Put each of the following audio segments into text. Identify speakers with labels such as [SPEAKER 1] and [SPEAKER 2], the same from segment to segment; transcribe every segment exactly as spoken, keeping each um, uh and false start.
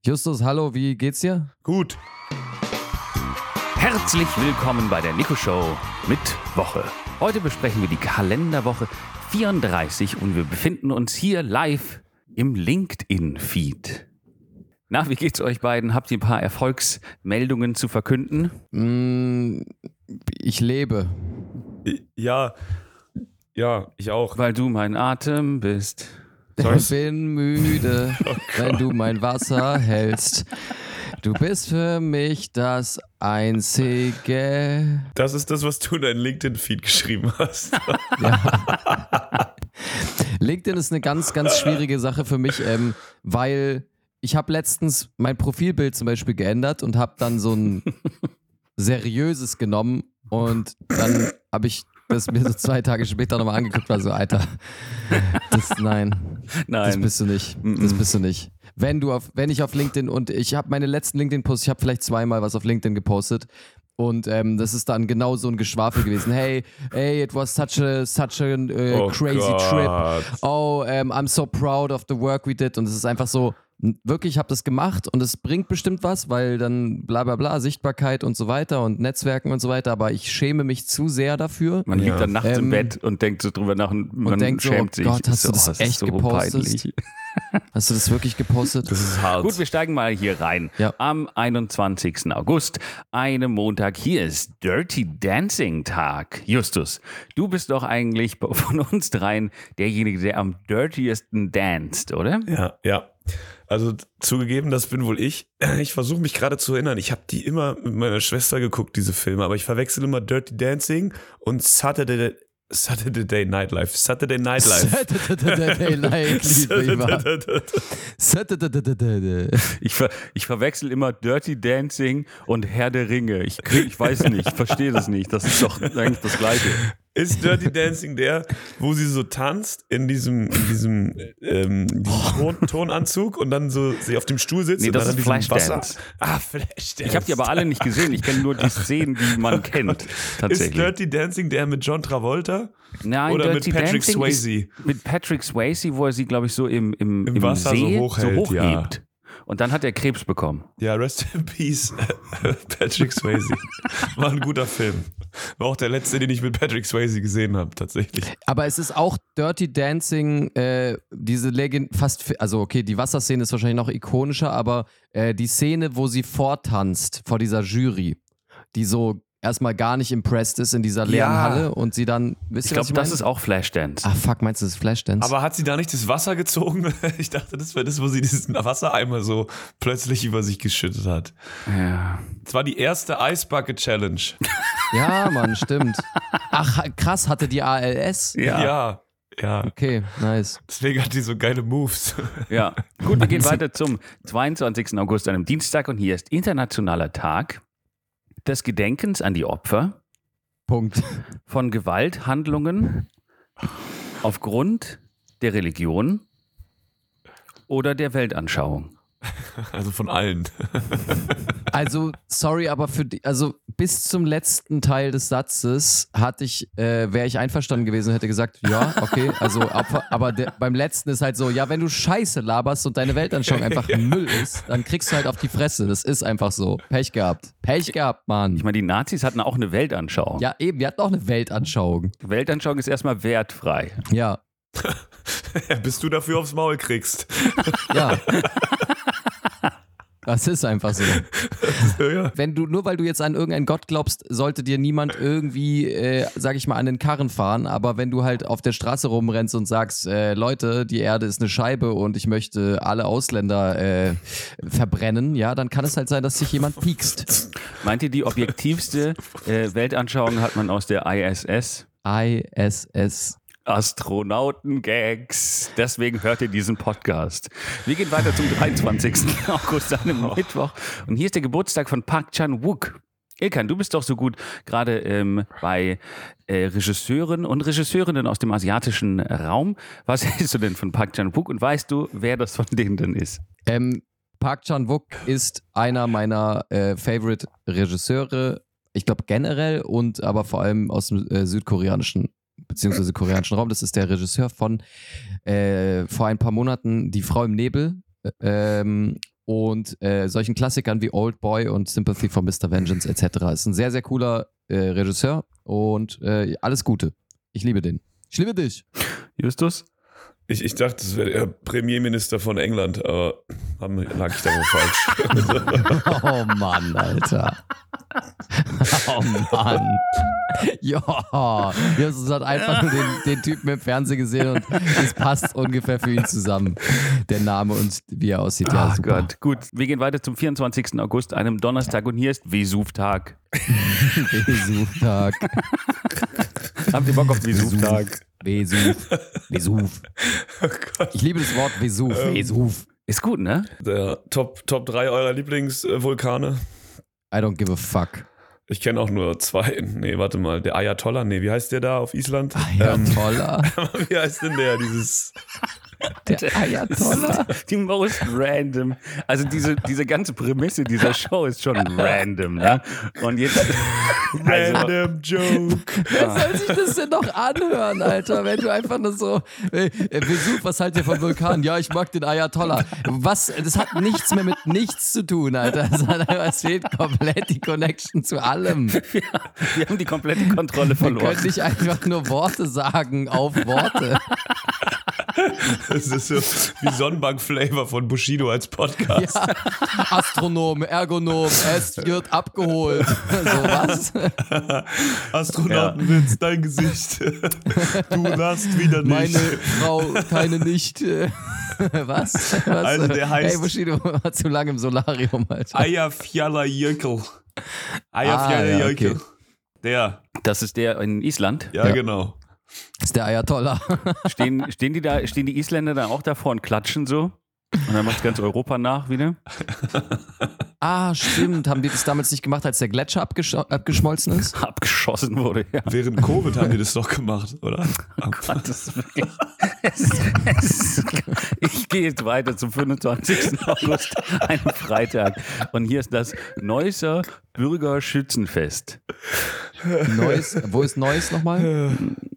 [SPEAKER 1] Justus, hallo, wie geht's dir?
[SPEAKER 2] Gut.
[SPEAKER 3] Herzlich willkommen bei der Nico Show mit Woche. Heute besprechen wir die Kalenderwoche vierunddreißig und wir befinden uns hier live im LinkedIn-Feed. Na, wie geht's euch beiden? Habt ihr ein paar Erfolgsmeldungen zu verkünden?
[SPEAKER 1] Mm, ich lebe.
[SPEAKER 2] Ja, ja, ich auch.
[SPEAKER 3] Weil du mein Atem bist.
[SPEAKER 1] Ich bin müde, oh wenn du mein Wasser hältst. Du bist für mich das Einzige.
[SPEAKER 2] Das ist das, was du in deinem LinkedIn-Feed geschrieben hast.
[SPEAKER 1] Ja. LinkedIn ist eine ganz, ganz schwierige Sache für mich, ähm, weil ich habe letztens mein Profilbild zum Beispiel geändert und habe dann so ein seriöses genommen und dann habe ich das mir so zwei Tage später nochmal angeguckt, war so, Alter, das, nein,
[SPEAKER 3] Nein.
[SPEAKER 1] das bist du nicht, das bist du nicht. Wenn du auf, wenn ich auf LinkedIn und ich habe meine letzten LinkedIn-Posts, ich habe vielleicht zweimal was auf LinkedIn gepostet und ähm, das ist dann genau so ein Geschwafel gewesen. Hey, hey, it was such a, such a uh,
[SPEAKER 2] Oh
[SPEAKER 1] crazy
[SPEAKER 2] Gott.
[SPEAKER 1] trip. Oh, um, I'm so proud of the work we did. Und es ist einfach so, wirklich, ich habe das gemacht und es bringt bestimmt was, weil dann bla bla bla, Sichtbarkeit und so weiter und Netzwerken und so weiter, aber ich schäme mich zu sehr dafür.
[SPEAKER 3] Man liegt
[SPEAKER 2] Ja.
[SPEAKER 3] dann nachts
[SPEAKER 1] Ähm,
[SPEAKER 3] im Bett und denkt so drüber nach und man
[SPEAKER 1] und denkt so,
[SPEAKER 3] schämt
[SPEAKER 1] oh
[SPEAKER 3] sich.
[SPEAKER 1] Gott, hast
[SPEAKER 3] So,
[SPEAKER 1] du das
[SPEAKER 3] oh, ist
[SPEAKER 1] echt
[SPEAKER 3] so
[SPEAKER 1] gepostet?
[SPEAKER 3] peinlich.
[SPEAKER 1] Hast du das wirklich gepostet?
[SPEAKER 2] Das ist hart.
[SPEAKER 3] Gut, wir steigen mal hier rein.
[SPEAKER 1] Ja.
[SPEAKER 3] Am einundzwanzigsten August, einem Montag, hier ist Dirty Dancing Tag. Justus, du bist doch eigentlich von uns dreien derjenige, der am dirtiesten danst, oder?
[SPEAKER 2] Ja, ja. Also zugegeben, das bin wohl ich. Ich versuche mich gerade zu erinnern. Ich habe die immer mit meiner Schwester geguckt, diese Filme, aber ich verwechsel immer Dirty Dancing und Saturday, Saturday Night Live. Saturday Night Live.
[SPEAKER 1] Saturday Night Live. Saturday.
[SPEAKER 3] Ich, ver ich verwechsel immer Dirty Dancing und Herr der Ringe. Ich, krieg, ich weiß nicht, ich verstehe das nicht. Das ist doch eigentlich das Gleiche.
[SPEAKER 2] Ist Dirty Dancing der, wo sie so tanzt in diesem, in diesem, ähm, diesem Ton, Tonanzug und dann so sie auf dem Stuhl sitzt?
[SPEAKER 3] Nee,
[SPEAKER 2] und
[SPEAKER 3] das
[SPEAKER 2] dann
[SPEAKER 3] ist
[SPEAKER 2] an diesem Wasser.
[SPEAKER 3] Flashdance.
[SPEAKER 2] Ah, Flashdance.
[SPEAKER 3] Ich habe die aber alle nicht gesehen. Ich kenne nur die Szenen, die man kennt.
[SPEAKER 2] Ist
[SPEAKER 3] Tatsächlich.
[SPEAKER 2] Dirty Dancing der mit John Travolta?
[SPEAKER 3] Nein,
[SPEAKER 2] Oder
[SPEAKER 3] Dirty
[SPEAKER 2] mit Patrick
[SPEAKER 3] Dancing
[SPEAKER 2] Swayze?
[SPEAKER 3] Ist mit Patrick Swayze, wo er sie, glaube ich, so im, im,
[SPEAKER 2] Im
[SPEAKER 3] im
[SPEAKER 2] Wasser so
[SPEAKER 3] See
[SPEAKER 2] hochhält,
[SPEAKER 3] hochhebt.
[SPEAKER 2] ja.
[SPEAKER 3] Und dann hat er Krebs bekommen.
[SPEAKER 2] Ja, rest in peace, Patrick Swayze. War ein guter Film. War auch der letzte, den ich mit Patrick Swayze gesehen habe, tatsächlich.
[SPEAKER 1] Aber es ist auch Dirty Dancing, äh, diese Legend, fast, also okay, die Wasserszene ist wahrscheinlich noch ikonischer, aber äh, die Szene, wo sie vortanzt vor dieser Jury, die so erstmal gar nicht impressed ist in dieser leeren
[SPEAKER 2] Ja.
[SPEAKER 1] Halle und sie dann, wisst
[SPEAKER 3] Ich
[SPEAKER 1] ihr, was
[SPEAKER 3] glaube,
[SPEAKER 1] ich
[SPEAKER 3] das
[SPEAKER 1] meine?
[SPEAKER 3] ist auch Flashdance.
[SPEAKER 1] Ah, fuck, meinst du, das ist Flashdance?
[SPEAKER 2] Aber hat sie da nicht das Wasser gezogen? Ich dachte, das wäre das, wo sie diesen Wassereimer so plötzlich über sich geschüttet hat.
[SPEAKER 3] Ja.
[SPEAKER 2] Es war die erste Ice Bucket Challenge.
[SPEAKER 1] Ja, Mann, stimmt. Ach, krass, hatte die A L S?
[SPEAKER 3] Ja.
[SPEAKER 2] Ja, ja.
[SPEAKER 1] Okay, nice.
[SPEAKER 2] Deswegen hat die so geile Moves.
[SPEAKER 3] Ja. Gut, wir gehen weiter zum zweiundzwanzigsten August, einem Dienstag, und hier ist Internationaler Tag des Gedenkens an die Opfer
[SPEAKER 1] Punkt.
[SPEAKER 3] von Gewalthandlungen aufgrund der Religion oder der Weltanschauung.
[SPEAKER 2] Also von allen.
[SPEAKER 1] Also, sorry, aber für die, also bis zum letzten Teil des Satzes hatte ich, äh, wäre ich einverstanden gewesen und hätte gesagt, ja, okay, also Opfer, aber der, beim letzten ist halt so, ja, wenn du Scheiße laberst und deine Weltanschauung einfach Müll ist, dann kriegst du halt auf die Fresse. Das ist einfach so. Pech gehabt. Pech gehabt, Mann.
[SPEAKER 3] Ich meine, die Nazis hatten auch eine Weltanschauung.
[SPEAKER 1] Ja, eben, wir hatten auch eine Weltanschauung.
[SPEAKER 3] Die Weltanschauung ist erstmal wertfrei.
[SPEAKER 1] Ja,
[SPEAKER 2] Bis du dafür aufs Maul kriegst.
[SPEAKER 1] ja. Das ist einfach so.
[SPEAKER 2] Ja.
[SPEAKER 1] Wenn du, nur weil du jetzt an irgendeinen Gott glaubst, sollte dir niemand irgendwie, äh, sag ich mal, an den Karren fahren. Aber wenn du halt auf der Straße rumrennst und sagst, äh, Leute, die Erde ist eine Scheibe und ich möchte alle Ausländer äh, verbrennen, ja, dann kann es halt sein, dass sich jemand piekst.
[SPEAKER 3] Meint ihr, die objektivste äh, Weltanschauung hat man aus der I S S?
[SPEAKER 1] I S S.
[SPEAKER 3] Astronauten-Gags. Deswegen hört ihr diesen Podcast. Wir gehen weiter zum dreiundzwanzigsten August, einem Mittwoch. Und hier ist der Geburtstag von Park Chan-wook. Ilkan, du bist doch so gut gerade ähm, bei äh, Regisseuren und Regisseurinnen aus dem asiatischen Raum. Was hältst du denn von Park Chan-wook und weißt du, wer das von denen denn ist?
[SPEAKER 1] Ähm, Park Chan-wook ist einer meiner äh, Favorite Regisseure, ich glaube generell und aber vor allem aus dem äh, südkoreanischen beziehungsweise koreanischen Raum. Das ist der Regisseur von äh, vor ein paar Monaten Die Frau im Nebel. Ähm, und äh, solchen Klassikern wie Old Boy und Sympathy for Mister Vengeance et cetera. Ist ein sehr, sehr cooler äh, Regisseur und äh, alles Gute. Ich liebe den. Ich liebe dich.
[SPEAKER 3] Justus?
[SPEAKER 2] Ich, ich dachte, das wäre der Premierminister von England, aber lag ich da wohl falsch.
[SPEAKER 1] Oh Mann, Alter. Oh Mann. Ja, Jesus hat einfach nur den, den Typen im Fernsehen gesehen und es passt ungefähr für ihn zusammen. Der Name und wie er aussieht. Ja,
[SPEAKER 3] Ach
[SPEAKER 1] super.
[SPEAKER 3] Gott, gut. Wir gehen weiter zum vierundzwanzigsten August, einem Donnerstag, und hier ist Vesuv-Tag.
[SPEAKER 1] Vesuv-Tag.
[SPEAKER 3] Habt ihr Bock auf Vesuv-Tag?
[SPEAKER 1] Vesuv. Vesuv.
[SPEAKER 2] Oh Gott.
[SPEAKER 1] Ich liebe das Wort Vesuv.
[SPEAKER 2] Ähm,
[SPEAKER 1] Vesuv.
[SPEAKER 3] Ist gut, ne?
[SPEAKER 2] Der Top, Top drei eurer Lieblingsvulkane?
[SPEAKER 1] I don't give a fuck.
[SPEAKER 2] Ich kenne auch nur zwei. Nee, warte mal. Der Ayatollah. Nee, wie heißt der da auf Island?
[SPEAKER 1] Ayatollah.
[SPEAKER 2] Ähm, wie heißt denn der? Dieses.
[SPEAKER 1] Der Ayatollah.
[SPEAKER 3] Die most random. Also diese, diese ganze Prämisse dieser Show ist schon random, ne? Und jetzt.
[SPEAKER 2] Random Joke.
[SPEAKER 1] Wer soll sich das denn noch anhören, Alter? Wenn du einfach nur so, äh, Vesuv, was haltet ihr von Vulkan? Ja, ich mag den Ayatollah. Was? Das hat nichts mehr mit nichts zu tun, Alter. Es fehlt komplett die Connection zu allem.
[SPEAKER 3] Ja, wir haben die komplette Kontrolle
[SPEAKER 1] Wir
[SPEAKER 3] verloren.
[SPEAKER 1] können nicht einfach nur Worte sagen auf Worte.
[SPEAKER 2] Das ist so wie Sonnenbank-Flavor von Bushido als Podcast.
[SPEAKER 1] Ja. Astronom, Ergonom, es wird abgeholt. So was?
[SPEAKER 2] Astronautenwitz, dein Gesicht. Du lachst wieder nicht.
[SPEAKER 1] Meine Frau, keine nicht. Was? Was?
[SPEAKER 2] Also der heißt-
[SPEAKER 1] Hey, Bushido war zu lange im Solarium, Alter.
[SPEAKER 2] Eyjafjallajökull.
[SPEAKER 1] Ah, ja,
[SPEAKER 2] Eyjafjallajökull.
[SPEAKER 1] okay.
[SPEAKER 2] Der.
[SPEAKER 3] Das ist der in Island.
[SPEAKER 2] Ja,
[SPEAKER 1] Ja.
[SPEAKER 2] genau.
[SPEAKER 1] Das ist der Ayatollah.
[SPEAKER 3] Stehen, stehen, die da, stehen die Isländer dann auch davor und klatschen so? Und dann macht ganz Europa nach wieder?
[SPEAKER 1] Ah, stimmt. Haben die das damals nicht gemacht, als der Gletscher abgesch abgeschmolzen ist?
[SPEAKER 3] Abgeschossen wurde, ja.
[SPEAKER 2] Während Covid haben die das doch gemacht, oder?
[SPEAKER 3] Gott, das ist wirklich, es ist, es ist, ich gehe jetzt weiter zum fünfundzwanzigsten August, einem Freitag. Und hier ist das Neusser Bürgerschützenfest.
[SPEAKER 1] Neuss, wo ist Neuss nochmal?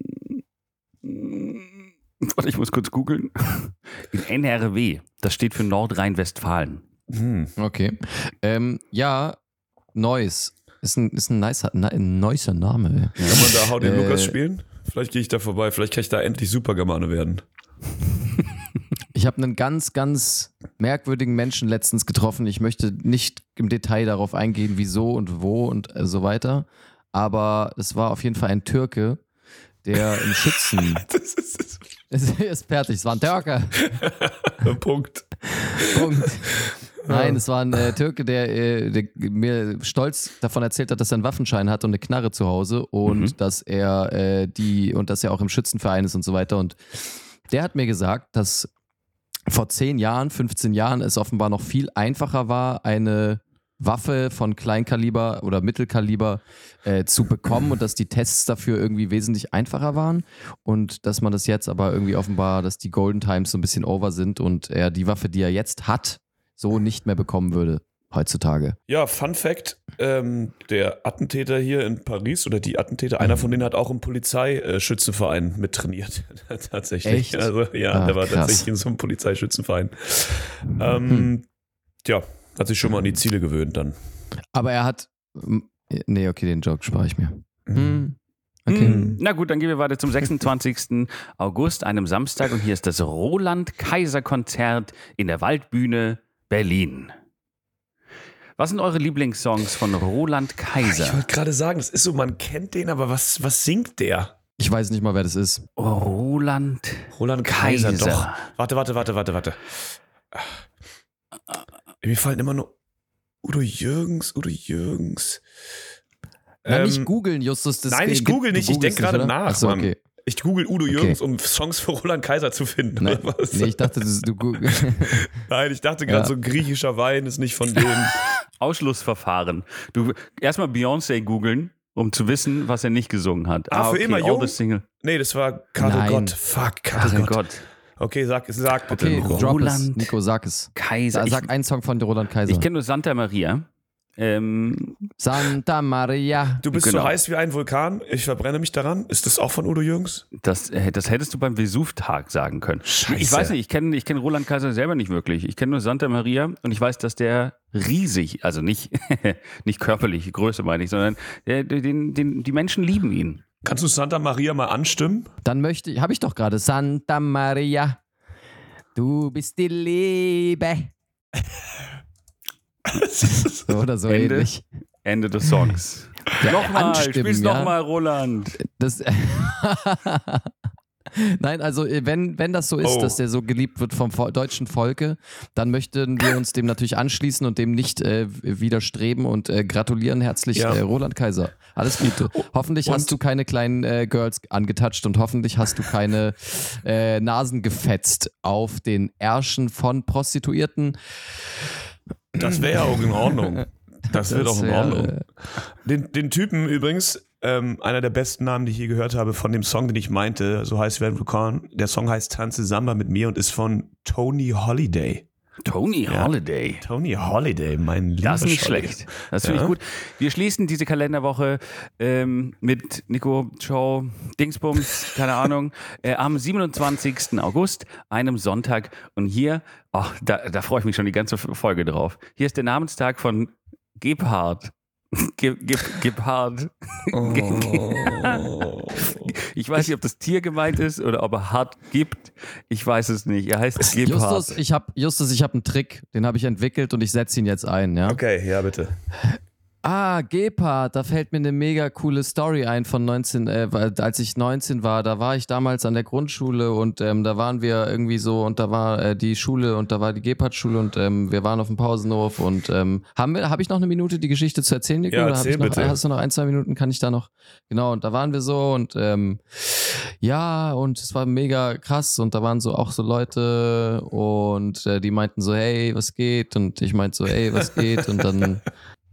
[SPEAKER 3] Warte, ich muss kurz googeln. In N R W. Das steht für Nordrhein-Westfalen.
[SPEAKER 2] Hm.
[SPEAKER 1] Okay. Ähm, ja, Neuss. Ist ein, ist ein nicer, ein nicer Name.
[SPEAKER 2] Kann man da Hau den
[SPEAKER 1] Äh,
[SPEAKER 2] Lukas spielen? Vielleicht gehe ich da vorbei. Vielleicht kann ich da endlich Supergermane werden.
[SPEAKER 1] Ich habe einen ganz, ganz merkwürdigen Menschen letztens getroffen. Ich möchte nicht im Detail darauf eingehen, wieso und wo und äh, so weiter. Aber es war auf jeden Fall ein Türke, der im Schützen...
[SPEAKER 2] Das ist, das
[SPEAKER 1] Es ist fertig, es war ein Türke.
[SPEAKER 2] ist Punkt.
[SPEAKER 1] Punkt. Nein, es war ein äh, Türke, der, äh, der mir stolz davon erzählt hat, dass er einen Waffenschein hat und eine Knarre zu Hause und
[SPEAKER 3] Mhm.
[SPEAKER 1] dass er äh, die und dass er auch im Schützenverein ist und so weiter. Und der hat mir gesagt, dass vor zehn Jahren, fünfzehn Jahren es offenbar noch viel einfacher war, eine Waffe von Kleinkaliber oder Mittelkaliber äh, zu bekommen und dass die Tests dafür irgendwie wesentlich einfacher waren und dass man das jetzt aber irgendwie offenbar, dass die Golden Times so ein bisschen over sind und er die Waffe, die er jetzt hat, so nicht mehr bekommen würde heutzutage.
[SPEAKER 2] Ja, Fun Fact: ähm, Der Attentäter hier in Paris oder die Attentäter, einer von denen hat auch im Polizeischützenverein mittrainiert. Tatsächlich.
[SPEAKER 1] Echt?
[SPEAKER 2] Also, ja,
[SPEAKER 1] Ah,
[SPEAKER 2] der war
[SPEAKER 1] krass.
[SPEAKER 2] tatsächlich in so einem Polizeischützenverein. Ähm,
[SPEAKER 1] Hm.
[SPEAKER 2] Tja, hat sich schon mal an die Ziele gewöhnt dann.
[SPEAKER 1] Aber er hat. Nee, okay, den Joke spare ich mir. Hm. Okay.
[SPEAKER 3] Hm. Na gut, dann gehen wir weiter zum sechsundzwanzigsten August, einem Samstag. Und hier ist das Roland-Kaiser-Konzert in der Waldbühne Berlin. Was sind eure Lieblingssongs von Roland
[SPEAKER 2] Ich
[SPEAKER 3] Kaiser?
[SPEAKER 2] wollte gerade sagen, das ist so, man kennt den, aber was, was singt der?
[SPEAKER 1] Ich weiß nicht mal, wer das ist.
[SPEAKER 3] Oh, Roland
[SPEAKER 2] Roland Kaiser,
[SPEAKER 3] Kaiser.
[SPEAKER 2] doch. Warte, warte, warte, warte, warte. Mir fallen immer nur Udo Jürgens, Udo Jürgens.
[SPEAKER 1] Na,
[SPEAKER 2] Ähm,
[SPEAKER 1] nicht googeln, Justus. Das
[SPEAKER 2] nein, ich
[SPEAKER 1] gibt-
[SPEAKER 2] google
[SPEAKER 1] du
[SPEAKER 2] nicht, ich denk
[SPEAKER 1] googelst
[SPEAKER 2] gerade
[SPEAKER 1] oder?
[SPEAKER 2] nach,
[SPEAKER 1] Achso,
[SPEAKER 2] Mann.
[SPEAKER 1] okay.
[SPEAKER 2] Ich google Udo
[SPEAKER 1] Okay.
[SPEAKER 2] Jürgens, um Songs für Roland Kaiser zu finden.
[SPEAKER 1] Nein,
[SPEAKER 2] oder was?
[SPEAKER 1] nee, ich dachte, das, du googelst.
[SPEAKER 2] Nein, ich dachte gerade
[SPEAKER 1] Ja.
[SPEAKER 2] so, griechischer Wein ist nicht von denen.
[SPEAKER 3] Ausschlussverfahren. Du erstmal Beyoncé googeln, um zu wissen, was er nicht gesungen hat.
[SPEAKER 2] Ah, für immer
[SPEAKER 3] all
[SPEAKER 2] jung?
[SPEAKER 3] the Single.
[SPEAKER 2] Nee, das war Karl
[SPEAKER 1] Nein.
[SPEAKER 2] Gott. Fuck, Karl
[SPEAKER 3] Ach
[SPEAKER 2] Gott.
[SPEAKER 3] Gott.
[SPEAKER 2] Okay, sag, sag bitte,
[SPEAKER 1] Okay,
[SPEAKER 2] Nico.
[SPEAKER 1] drop es.
[SPEAKER 3] Roland
[SPEAKER 1] Nico, sag es.
[SPEAKER 3] Kaiser.
[SPEAKER 1] Sa-
[SPEAKER 3] Ich,
[SPEAKER 1] Sag einen Song von Roland Kaiser.
[SPEAKER 3] ich kenne nur Santa Maria. Ähm,
[SPEAKER 1] Santa Maria.
[SPEAKER 2] Du bist
[SPEAKER 3] Genau.
[SPEAKER 2] so heiß wie ein Vulkan, ich verbrenne mich daran. Ist das auch von Udo Jürgens?
[SPEAKER 3] Das, äh, das hättest du beim Vesuv-Tag sagen können.
[SPEAKER 2] Scheiße.
[SPEAKER 3] Ich weiß nicht, ich kenne ich kenn Roland Kaiser selber nicht wirklich. Ich kenne nur Santa Maria und ich weiß, dass der riesig, also nicht, nicht körperlich, Größe meine ich, sondern der, den, den, die Menschen lieben ihn.
[SPEAKER 2] Kannst du Santa Maria mal anstimmen?
[SPEAKER 1] Dann möchte ich, habe ich doch gerade, Santa Maria, du bist die Liebe. So oder so
[SPEAKER 3] Ende.
[SPEAKER 1] ähnlich.
[SPEAKER 3] Ende des Songs.
[SPEAKER 1] Ja,
[SPEAKER 3] nochmal,
[SPEAKER 1] anstimmen,
[SPEAKER 3] spiel's
[SPEAKER 1] ja.
[SPEAKER 3] nochmal, Roland.
[SPEAKER 1] Das, Nein, also wenn, wenn das so ist,
[SPEAKER 2] Oh.
[SPEAKER 1] dass der so geliebt wird vom Vo- deutschen Volke, dann möchten wir uns dem natürlich anschließen und dem nicht äh, widerstreben und äh, gratulieren herzlich
[SPEAKER 2] Ja.
[SPEAKER 1] äh, Roland Kaiser. Alles Gute. Hoffentlich
[SPEAKER 2] Und-
[SPEAKER 1] hast du keine kleinen äh, Girls angetatscht und hoffentlich hast du keine äh, Nasen gefetzt auf den Ärschen von Prostituierten.
[SPEAKER 2] Das wäre ja auch in Ordnung. Das wäre
[SPEAKER 1] Das
[SPEAKER 2] doch in
[SPEAKER 1] wär,
[SPEAKER 2] Ordnung.
[SPEAKER 1] äh,
[SPEAKER 2] Den, den Typen übrigens, ähm, einer der besten Namen, die ich je gehört habe, von dem Song, den ich meinte, so heißt wie ein Vulkan. Der Song heißt Tanze Samba mit mir und ist von Tony Holiday.
[SPEAKER 3] Tony
[SPEAKER 2] Ja.
[SPEAKER 3] Holiday.
[SPEAKER 2] Tony Holiday, mein lieber
[SPEAKER 3] Das ist nicht
[SPEAKER 2] Scholli.
[SPEAKER 3] schlecht. Das finde
[SPEAKER 2] Ja.
[SPEAKER 3] ich gut. Wir schließen diese Kalenderwoche ähm, mit Nico, Show, Dingsbums, keine Ahnung, äh, am siebenundzwanzigsten August, einem Sonntag. Und hier, oh, da, da freue ich mich schon die ganze Folge drauf. Hier ist der Namenstag von Gebhard. Ge Ge Gebhard.
[SPEAKER 2] Oh.
[SPEAKER 3] Ich weiß nicht, ob das Tier gemeint ist oder ob er hart gibt. Ich weiß es nicht. Er heißt Gebhard.
[SPEAKER 1] Justus, ich habe Justus, ich habe einen Trick, den habe ich entwickelt und ich setze ihn jetzt ein, ja.
[SPEAKER 2] Okay, ja bitte.
[SPEAKER 1] Ah, Gepard, da fällt mir eine mega coole Story ein von neunzehn, äh, weil- als ich neunzehn war, da war ich damals an der Grundschule und ähm, da waren wir irgendwie so und da war äh, die Schule und da war die Gepard-Schule und ähm, wir waren auf dem Pausenhof und ähm, haben wir, habe ich noch eine Minute die Geschichte zu erzählen, Nico?
[SPEAKER 2] Ja,
[SPEAKER 1] oder hab
[SPEAKER 2] erzähl
[SPEAKER 1] ich noch,
[SPEAKER 2] bitte.
[SPEAKER 1] Hast du noch ein, zwei Minuten, kann ich da noch? Genau, und da waren wir so und ähm, ja, und es war mega krass und da waren so auch so Leute und äh, die meinten so, hey, was geht? Und ich meinte so, hey, was geht? Und dann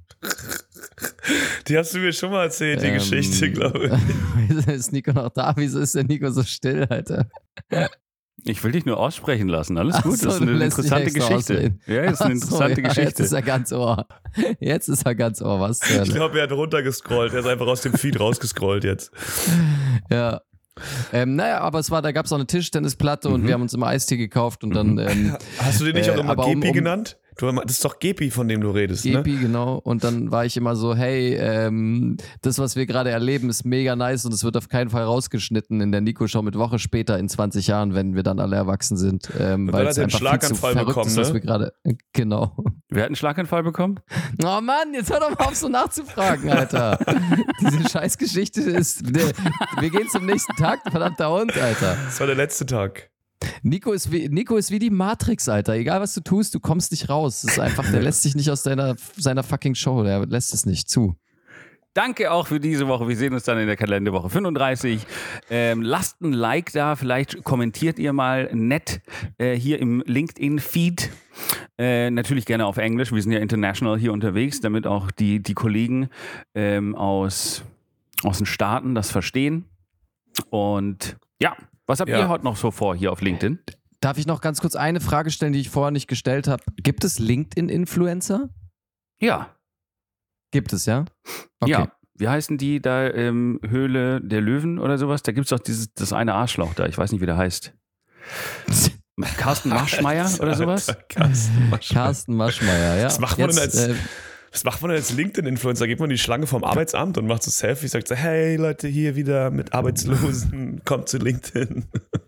[SPEAKER 2] Die hast du mir schon mal erzählt, die
[SPEAKER 1] Ähm,
[SPEAKER 2] Geschichte, glaube ich.
[SPEAKER 1] Wieso ist Nico noch da? Wieso ist der Nico so still, Alter?
[SPEAKER 3] Ich will dich nur aussprechen lassen. Alles
[SPEAKER 1] Ach
[SPEAKER 3] gut,
[SPEAKER 1] so,
[SPEAKER 3] das ist
[SPEAKER 1] du
[SPEAKER 3] eine
[SPEAKER 1] lässt dich
[SPEAKER 3] interessante
[SPEAKER 1] extra
[SPEAKER 3] Geschichte.
[SPEAKER 1] ausreden.
[SPEAKER 3] Ja, das ist eine
[SPEAKER 1] Ach so,
[SPEAKER 3] interessante
[SPEAKER 1] ja,
[SPEAKER 3] Geschichte.
[SPEAKER 1] Jetzt ist er ganz ohr. Jetzt ist er ganz ohr, was zur
[SPEAKER 2] Ich
[SPEAKER 1] Hölle.
[SPEAKER 2] glaube, er hat runtergescrollt. Er ist einfach aus dem Feed rausgescrollt jetzt.
[SPEAKER 1] Ja. Ähm, naja, aber es war, da gab es auch eine Tischtennisplatte und
[SPEAKER 3] Mhm.
[SPEAKER 1] wir haben uns immer Eistee gekauft und dann ähm,
[SPEAKER 2] Hast du den nicht
[SPEAKER 1] Äh,
[SPEAKER 2] auch immer
[SPEAKER 1] aber um-
[SPEAKER 2] Gepi
[SPEAKER 1] um-
[SPEAKER 2] genannt? Du, das ist doch Gepi, von dem du redest,
[SPEAKER 1] Gepi,
[SPEAKER 2] ne?
[SPEAKER 1] genau. Und dann war ich immer so, hey, ähm, das, was wir gerade erleben, ist mega nice und es wird auf keinen Fall rausgeschnitten in der Nico-Show mit Woche später in zwanzig Jahren, wenn wir dann alle erwachsen sind. Ähm,
[SPEAKER 2] Und
[SPEAKER 1] weil
[SPEAKER 2] dann
[SPEAKER 1] es
[SPEAKER 2] hat er einen
[SPEAKER 1] einfach viel zu
[SPEAKER 2] Schlaganfall
[SPEAKER 1] verrückt
[SPEAKER 2] bekommen,
[SPEAKER 1] ist, was
[SPEAKER 2] ne?
[SPEAKER 1] wir gerade. Genau.
[SPEAKER 3] Wer hat einen Schlaganfall bekommen?
[SPEAKER 1] Oh Mann, jetzt hör doch mal auf, so nachzufragen, Alter. Diese Scheißgeschichte ist. Der, wir gehen zum nächsten Tag, verdammter Hund, Alter.
[SPEAKER 2] Das war der letzte Tag.
[SPEAKER 1] Nico ist, wie, Nico ist wie die Matrix, Alter. Egal was du tust, du kommst nicht raus. Das ist einfach, der lässt sich nicht aus deiner, seiner fucking Show. Der lässt es nicht zu.
[SPEAKER 3] Danke auch für diese Woche. Wir sehen uns dann in der Kalenderwoche fünfunddreißig. Ähm, lasst ein Like da. Vielleicht kommentiert ihr mal nett äh, hier im LinkedIn-Feed. Äh, natürlich gerne auf Englisch. Wir sind ja international hier unterwegs, damit auch die, die Kollegen ähm, aus, aus den Staaten das verstehen. Und ja, was habt
[SPEAKER 2] Ja.
[SPEAKER 3] ihr heute noch so vor hier auf LinkedIn?
[SPEAKER 1] Darf ich noch ganz kurz eine Frage stellen, die ich vorher nicht gestellt habe? Gibt es LinkedIn-Influencer?
[SPEAKER 3] Ja,
[SPEAKER 1] Gibt es, ja? Okay.
[SPEAKER 3] ja. Wie heißen die da? Ähm, Höhle der Löwen oder sowas? Da gibt es doch dieses, das eine Arschloch da. Ich weiß nicht, wie der heißt. Carsten Maschmeyer oder sowas?
[SPEAKER 2] Alter, Carsten Maschmeyer.
[SPEAKER 1] Carsten Maschmeyer, ja.
[SPEAKER 2] Was macht man denn als-
[SPEAKER 1] äh,
[SPEAKER 2] Was macht man denn als LinkedIn-Influencer? Geht man in die Schlange vom Arbeitsamt und macht so Selfies, sagt so, hey Leute, hier wieder mit Arbeitslosen, kommt zu LinkedIn.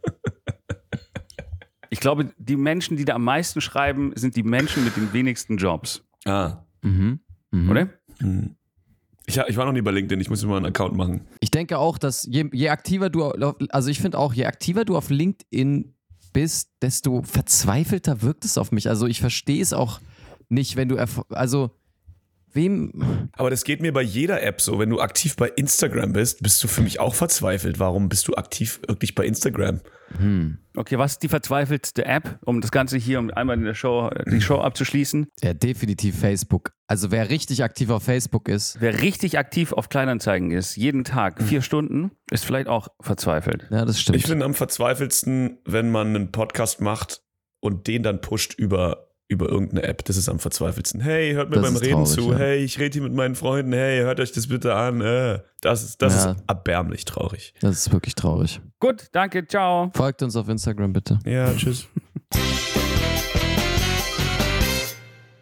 [SPEAKER 3] Ich glaube, die Menschen, die da am meisten schreiben, sind die Menschen mit den wenigsten Jobs.
[SPEAKER 2] Ah.
[SPEAKER 1] mhm. Mhm.
[SPEAKER 3] Oder?
[SPEAKER 2] Hm. Ich, ich war noch nie bei LinkedIn, ich muss mir mal einen Account machen.
[SPEAKER 1] Ich denke auch, dass je, je aktiver du, auf- also ich finde auch, je aktiver du auf LinkedIn bist, desto verzweifelter wirkt es auf mich. Also ich verstehe es auch nicht, wenn du, erf- also wem,
[SPEAKER 2] Aber das geht mir bei jeder App so. Wenn du aktiv bei Instagram bist, bist du für mich auch verzweifelt. Warum bist du aktiv wirklich bei Instagram?
[SPEAKER 1] hm.
[SPEAKER 3] Okay, was ist die verzweifeltste App, um das Ganze hier, um einmal in der Show, die Show abzuschließen?
[SPEAKER 1] Ja, definitiv Facebook. Also wer richtig aktiv auf Facebook ist,
[SPEAKER 3] Wer richtig aktiv auf Kleinanzeigen ist, jeden Tag vier Stunden, ist vielleicht auch verzweifelt.
[SPEAKER 1] ja, das stimmt.
[SPEAKER 2] Ich finde am verzweifelsten, wenn man einen Podcast macht und den dann pusht über über irgendeine App. Das ist am verzweifelsten. Hey, hört mir
[SPEAKER 1] Das
[SPEAKER 2] beim
[SPEAKER 1] ist
[SPEAKER 2] Reden
[SPEAKER 1] traurig,
[SPEAKER 2] zu.
[SPEAKER 1] ja.
[SPEAKER 2] Hey, ich rede hier mit meinen Freunden. Hey, hört euch das bitte an. Äh, das ist, das
[SPEAKER 1] Ja.
[SPEAKER 2] ist erbärmlich traurig.
[SPEAKER 1] Das ist wirklich traurig.
[SPEAKER 3] Gut, danke, ciao.
[SPEAKER 1] Folgt uns auf Instagram bitte.
[SPEAKER 2] Ja, tschüss.